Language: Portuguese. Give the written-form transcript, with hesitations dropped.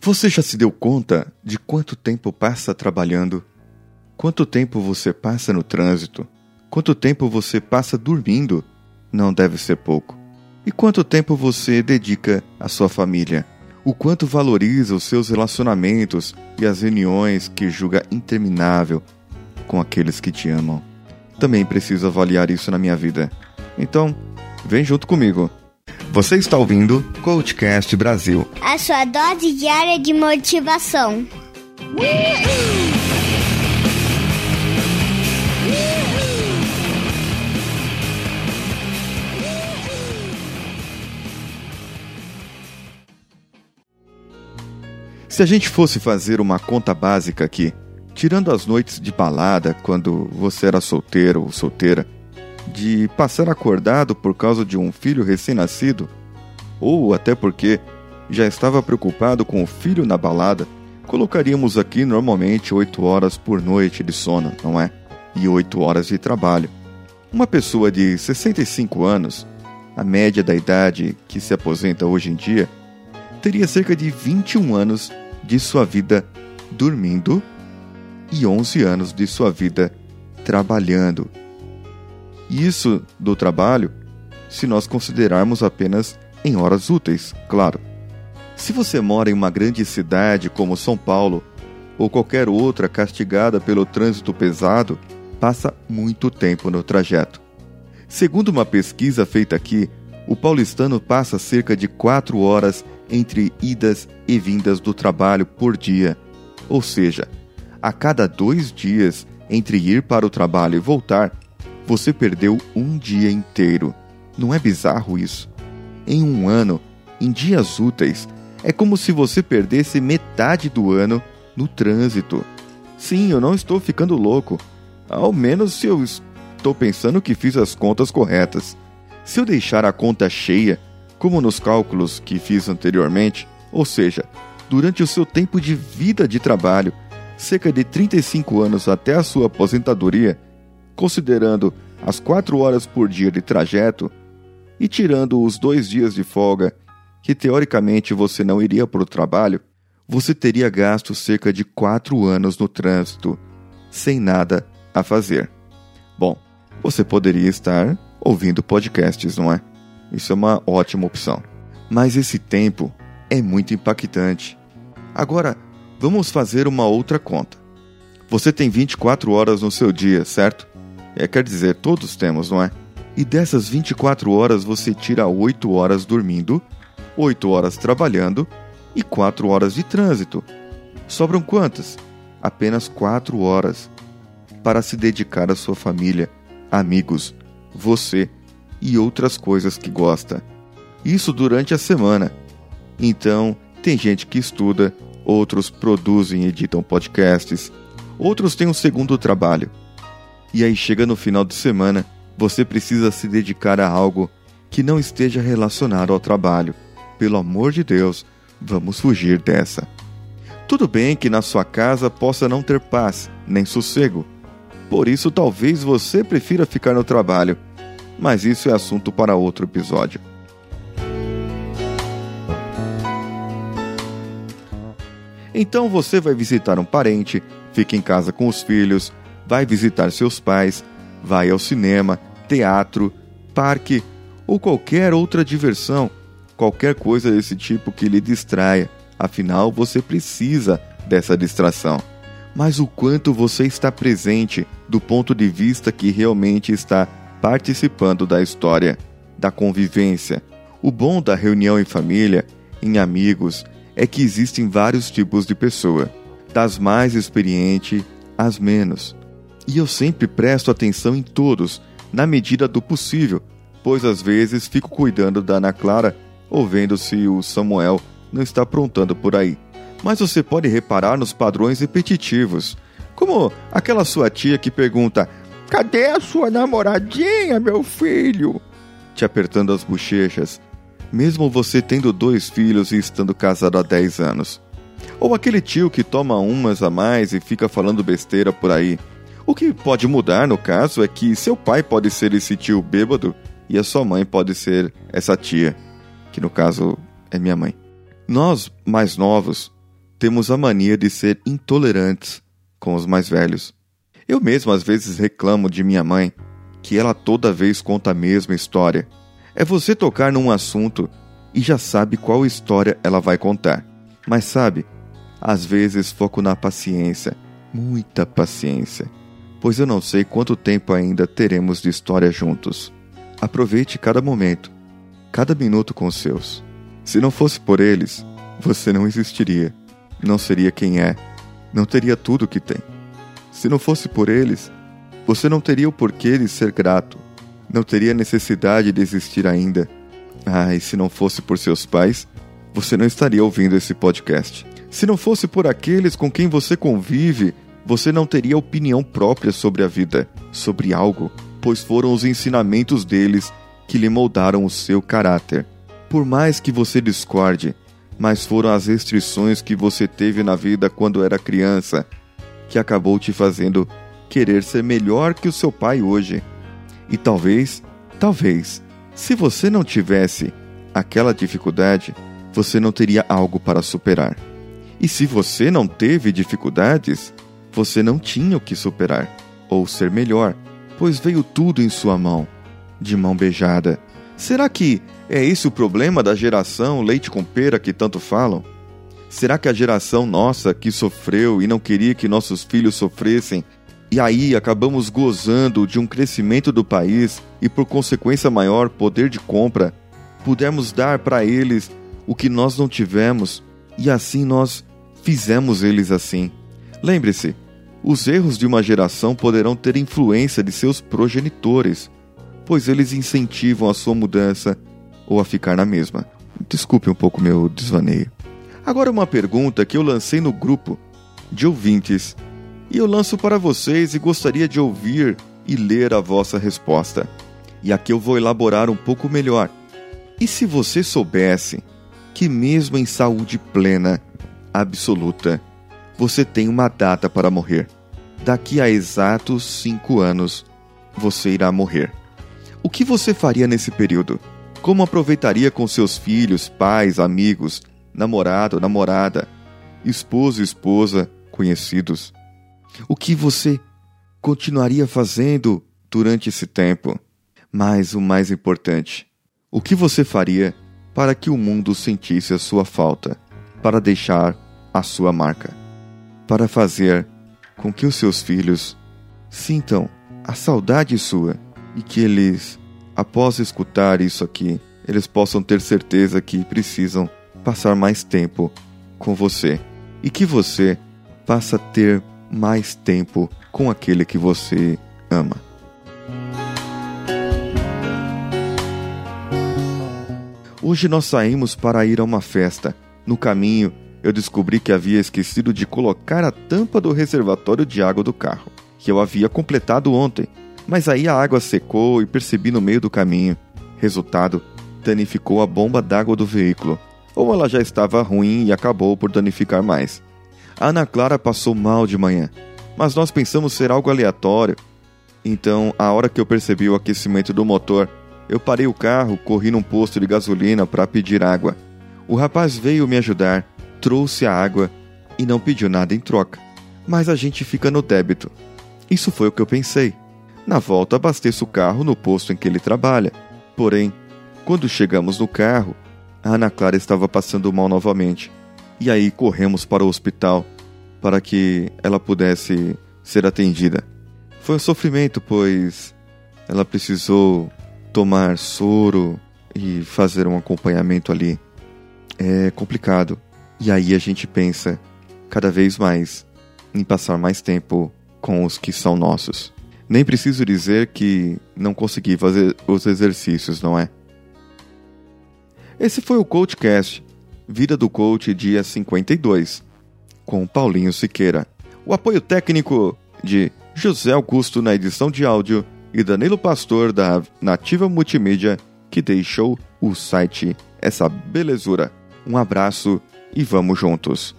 Você já se deu conta de quanto tempo passa trabalhando? Quanto tempo você passa no trânsito? Quanto tempo você passa dormindo? Não deve ser pouco. E quanto tempo você dedica à sua família? O quanto valoriza os seus relacionamentos e as reuniões que julga interminável com aqueles que te amam? Também preciso avaliar isso na minha vida. Então, vem junto comigo. Você está ouvindo Coachcast Brasil, a sua dose diária de motivação. Se a gente fosse fazer uma conta básica aqui, tirando as noites de balada quando você era solteiro ou solteira, de passar acordado por causa de um filho recém-nascido, ou até porque já estava preocupado com o filho na balada, colocaríamos aqui normalmente 8 horas por noite de sono, não é? E 8 horas de trabalho. Uma pessoa de 65 anos, a média da idade que se aposenta hoje em dia, teria cerca de 21 anos de sua vida dormindo e 11 anos de sua vida trabalhando. Isso do trabalho, se nós considerarmos apenas em horas úteis, claro. Se você mora em uma grande cidade como São Paulo, ou qualquer outra castigada pelo trânsito pesado, passa muito tempo no trajeto. Segundo uma pesquisa feita aqui, o paulistano passa cerca de 4 horas entre idas e vindas do trabalho por dia. Ou seja, a cada 2 dias entre ir para o trabalho e voltar, você perdeu um dia inteiro. Não é bizarro isso? Em um ano, em dias úteis, é como se você perdesse metade do ano no trânsito. Sim, eu não estou ficando louco. Ao menos se eu estou pensando que fiz as contas corretas. Se eu deixar a conta cheia, como nos cálculos que fiz anteriormente, ou seja, durante o seu tempo de vida de trabalho, cerca de 35 anos até a sua aposentadoria, considerando as 4 horas por dia de trajeto e tirando os 2 dias de folga, que teoricamente você não iria para o trabalho, você teria gasto cerca de 4 anos no trânsito, sem nada a fazer. Bom, você poderia estar ouvindo podcasts, não é? Isso é uma ótima opção. Mas esse tempo é muito impactante. Agora, vamos fazer uma outra conta. Você tem 24 horas no seu dia, certo? Quer dizer, todos temos, não é? E dessas 24 horas você tira 8 horas dormindo, 8 horas trabalhando e 4 horas de trânsito. Sobram quantas? Apenas 4 horas para se dedicar à sua família, amigos, você e outras coisas que gosta. Isso durante a semana. Então, tem gente que estuda, outros produzem e editam podcasts, outros têm um segundo trabalho. E aí chega no final de semana, você precisa se dedicar a algo que não esteja relacionado ao trabalho. Pelo amor de Deus, vamos fugir dessa. Tudo bem que na sua casa possa não ter paz, nem sossego. Por isso talvez você prefira ficar no trabalho. Mas isso é assunto para outro episódio. Então você vai visitar um parente, fica em casa com os filhos, vai visitar seus pais, vai ao cinema, teatro, parque ou qualquer outra diversão, qualquer coisa desse tipo que lhe distraia. Afinal, você precisa dessa distração. Mas o quanto você está presente do ponto de vista que realmente está participando da história, da convivência. O bom da reunião em família, em amigos, é que existem vários tipos de pessoa, das mais experientes às menos. E eu sempre presto atenção em todos, na medida do possível, pois às vezes fico cuidando da Ana Clara ou vendo se o Samuel não está aprontando por aí. Mas você pode reparar nos padrões repetitivos, como aquela sua tia que pergunta: "Cadê a sua namoradinha, meu filho?", te apertando as bochechas, mesmo você tendo 2 filhos e estando casado há 10 anos. Ou aquele tio que toma umas a mais e fica falando besteira por aí. O que pode mudar, no caso, é que seu pai pode ser esse tio bêbado e a sua mãe pode ser essa tia, que no caso é minha mãe. Nós, mais novos, temos a mania de ser intolerantes com os mais velhos. Eu mesmo às vezes reclamo de minha mãe, que ela toda vez conta a mesma história. É você tocar num assunto e já sabe qual história ela vai contar. Mas sabe, às vezes foco na paciência, muita paciência, pois eu não sei quanto tempo ainda teremos de história juntos. Aproveite cada momento, cada minuto com os seus. Se não fosse por eles, você não existiria, não seria quem é, não teria tudo o que tem. Se não fosse por eles, você não teria o porquê de ser grato, não teria necessidade de existir ainda. E se não fosse por seus pais, você não estaria ouvindo esse podcast. Se não fosse por aqueles com quem você convive, você não teria opinião própria sobre a vida, sobre algo, pois foram os ensinamentos deles que lhe moldaram o seu caráter. Por mais que você discorde, mas foram as restrições que você teve na vida quando era criança, que acabou te fazendo querer ser melhor que o seu pai hoje. E talvez, se você não tivesse aquela dificuldade, você não teria algo para superar. E se você não teve dificuldades, você não tinha o que superar, ou ser melhor, pois veio tudo em sua mão, de mão beijada. Será que é esse o problema da geração leite com pera que tanto falam? Será que a geração nossa que sofreu e não queria que nossos filhos sofressem, e aí acabamos gozando de um crescimento do país e por consequência maior poder de compra, pudermos dar para eles o que nós não tivemos, e assim nós fizemos eles assim? Lembre-se, os erros de uma geração poderão ter influência de seus progenitores, pois eles incentivam a sua mudança ou a ficar na mesma. Desculpe um pouco meu desvaneio. Agora uma pergunta que eu lancei no grupo de ouvintes, e eu lanço para vocês e gostaria de ouvir e ler a vossa resposta. E aqui eu vou elaborar um pouco melhor. E se você soubesse que mesmo em saúde plena, absoluta, você tem uma data para morrer? Daqui a exatos 5 anos, você irá morrer. O que você faria nesse período? Como aproveitaria com seus filhos, pais, amigos, namorado, namorada, esposo, esposa, conhecidos? O que você continuaria fazendo durante esse tempo? Mas o mais importante, o que você faria para que o mundo sentisse a sua falta, para deixar a sua marca, para fazer com que os seus filhos sintam a saudade sua e que eles, após escutar isso aqui, eles possam ter certeza que precisam passar mais tempo com você e que você passe a ter mais tempo com aquele que você ama. Hoje nós saímos para ir a uma festa. No caminho, eu descobri que havia esquecido de colocar a tampa do reservatório de água do carro, que eu havia completado ontem. Mas aí a água secou e percebi no meio do caminho. Resultado, danificou a bomba d'água do veículo. Ou ela já estava ruim e acabou por danificar mais. A Ana Clara passou mal de manhã, mas nós pensamos ser algo aleatório. Então, a hora que eu percebi o aquecimento do motor, eu parei o carro, corri num posto de gasolina para pedir água. O rapaz veio me ajudar, trouxe a água e não pediu nada em troca. Mas a gente fica no débito. Isso foi o que eu pensei. Na volta, abasteço o carro no posto em que ele trabalha. Porém, quando chegamos no carro, a Ana Clara estava passando mal novamente. E aí corremos para o hospital para que ela pudesse ser atendida. Foi um sofrimento, pois ela precisou tomar soro e fazer um acompanhamento ali. É complicado. E aí a gente pensa cada vez mais em passar mais tempo com os que são nossos. Nem preciso dizer que não consegui fazer os exercícios, não é? Esse foi o CoachCast, Vida do Coach, dia 52, com Paulinho Siqueira. O apoio técnico de José Augusto na edição de áudio e Danilo Pastor da Nativa Multimídia, que deixou o site essa belezura. Um abraço e vamos juntos.